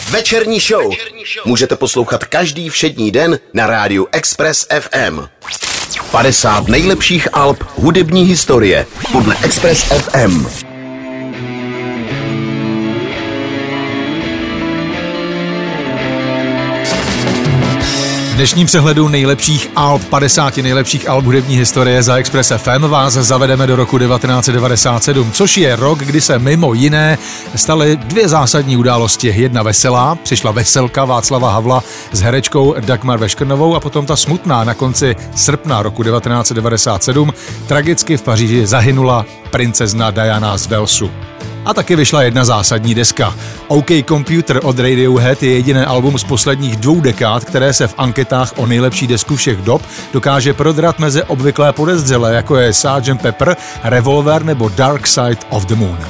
Večerní show můžete poslouchat každý všední den na rádiu Express FM. 50 nejlepších alb hudební historie podle Express FM. V dnešním přehledu nejlepších alb, 50 nejlepších alb hudební historie za Express FM vás zavedeme do roku 1997, což je rok, kdy se mimo jiné staly dvě zásadní události. Jedna veselá, přišla veselka Václava Havla s herečkou Dagmar Veškrnovou a potom ta smutná na konci srpna roku 1997. Tragicky v Paříži zahynula princezna Diana z Walesu. A taky vyšla jedna zásadní deska. OK Computer od Radiohead je jediné album z posledních 2 dekád, které se v anketách o nejlepší desku všech dob dokáže prodrat mezi obvyklé podezřelé, jako je Sgt. Pepper, Revolver nebo Dark Side of the Moon.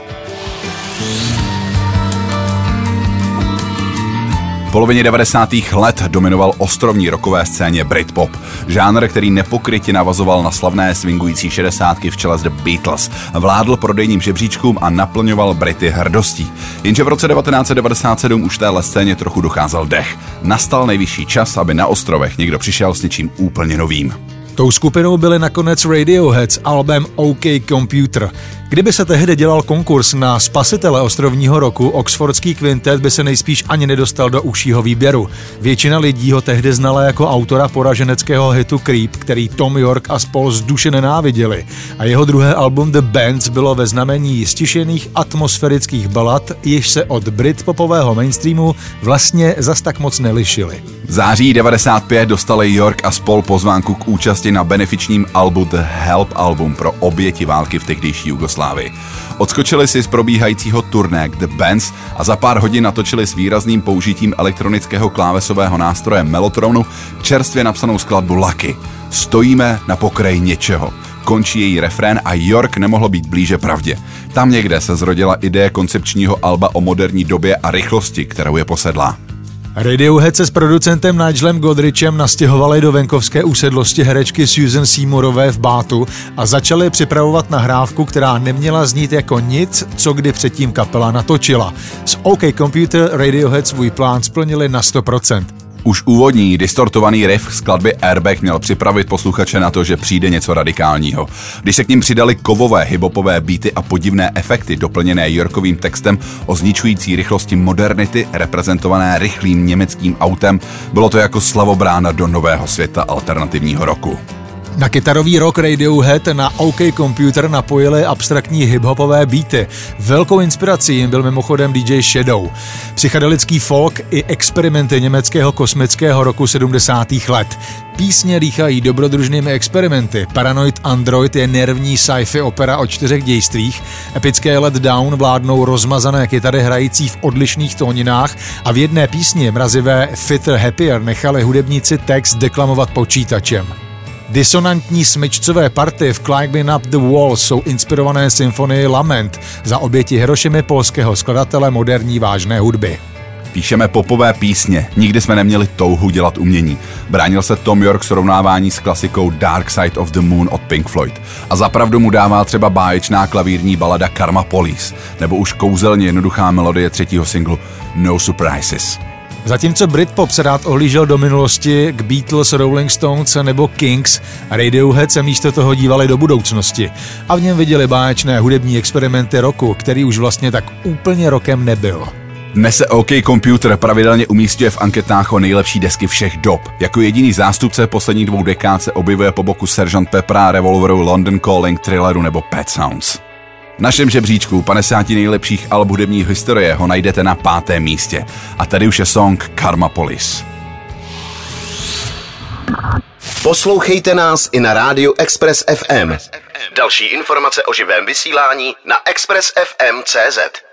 V polovině 90. let dominoval ostrovní rockové scéně Britpop. Žánr, který nepokrytě navazoval na slavné swingující 60. v čele s The Beatles. Vládl prodejním žebříčkům a naplňoval Brity hrdostí. Jenže v roce 1997 už téhle scéně trochu docházel dech. Nastal nejvyšší čas, aby na ostrovech někdo přišel s něčím úplně novým. Tou skupinou byly nakonec Radiohead s albem OK Computer. Kdyby se tehdy dělal konkurs na spasitele ostrovního roku, oxfordský kvintet by se nejspíš ani nedostal do užšího výběru. Většina lidí ho tehdy znala jako autora poraženeckého hitu Creep, který Tom York a spol z duše nenáviděli. A jeho druhé album The Bands bylo ve znamení stišených atmosférických balad, jež se od britpopového mainstreamu vlastně zas tak moc nelišily. V září 95 dostali York a spol pozvánku k účasti na benefičním albu The Help album pro oběti války v tehdejší Jugoslávii. Odskočili si z probíhajícího turné The Bands a za pár hodin natočili s výrazným použitím elektronického klávesového nástroje Mellotronu čerstvě napsanou skladbu Lucky. Stojíme na pokraji něčeho. Končí její refrén a York nemohlo být blíže pravdě. Tam někde se zrodila idea koncepčního alba o moderní době a rychlosti, kterou je posedlá. Radiohead se s producentem Nigelem Godrichem nastěhovali do venkovské usedlosti herečky Susan Seymourové v Báthu a začali připravovat nahrávku, která neměla znít jako nic, co kdy předtím kapela natočila. S OK Computer Radiohead svůj plán splnili na 100%. Už úvodní distortovaný riff skladby Airbag měl připravit posluchače na to, že přijde něco radikálního. Když se k ním přidali kovové hipopové beaty a podivné efekty doplněné Yorkovým textem o zničující rychlosti modernity reprezentované rychlým německým autem, bylo to jako slavobrána do nového světa alternativního roku. Na kytarový rock Radiohead na OK Computer napojili abstraktní hiphopové beaty. Velkou inspirací jim byl mimochodem DJ Shadow. Psychedelický folk i experimenty německého kosmického roku 70. let. Písně dýchají dobrodružnými experimenty. Paranoid Android je nervní sci-fi opera o 4 dějstvích. Epické Let Down vládnou rozmazané kytary hrající v odlišných tóninách a v jedné písni mrazivé Fitter Happier nechali hudebníci text deklamovat počítačem. Disonantní smyčcové party v Climbing Up the Wall jsou inspirované symfonii Lament za oběti Hirošimy polského skladatele moderní vážné hudby. Píšeme popové písně, nikdy jsme neměli touhu dělat umění. Bránil se Tom York srovnávání s klasikou Dark Side of the Moon od Pink Floyd. A zapravdu mu dává třeba báječná klavírní balada Karma Police, nebo už kouzelně jednoduchá melodie 3. singlu No Surprises. Zatímco Britpop se rád ohlížel do minulosti k Beatles, Rolling Stones nebo Kings, Radiohead se místo toho dívali do budoucnosti a v něm viděli báječné hudební experimenty roku, který už vlastně tak úplně rokem nebyl. Dnes se OK Computer pravidelně umísťuje v anketách o nejlepší desky všech dob. Jako jediný zástupce posledních 2 dekád se objevuje po boku Sgt. Peppera, Revolveru, London Calling, Thrilleru nebo Pet Sounds. V našem žebříčku 50 nejlepších alb hudební historie ho najdete na 5. místě. A tady už je song Karma Police. Poslouchejte nás i na rádiu Express FM. Další informace o živém vysílání na expressfm.cz.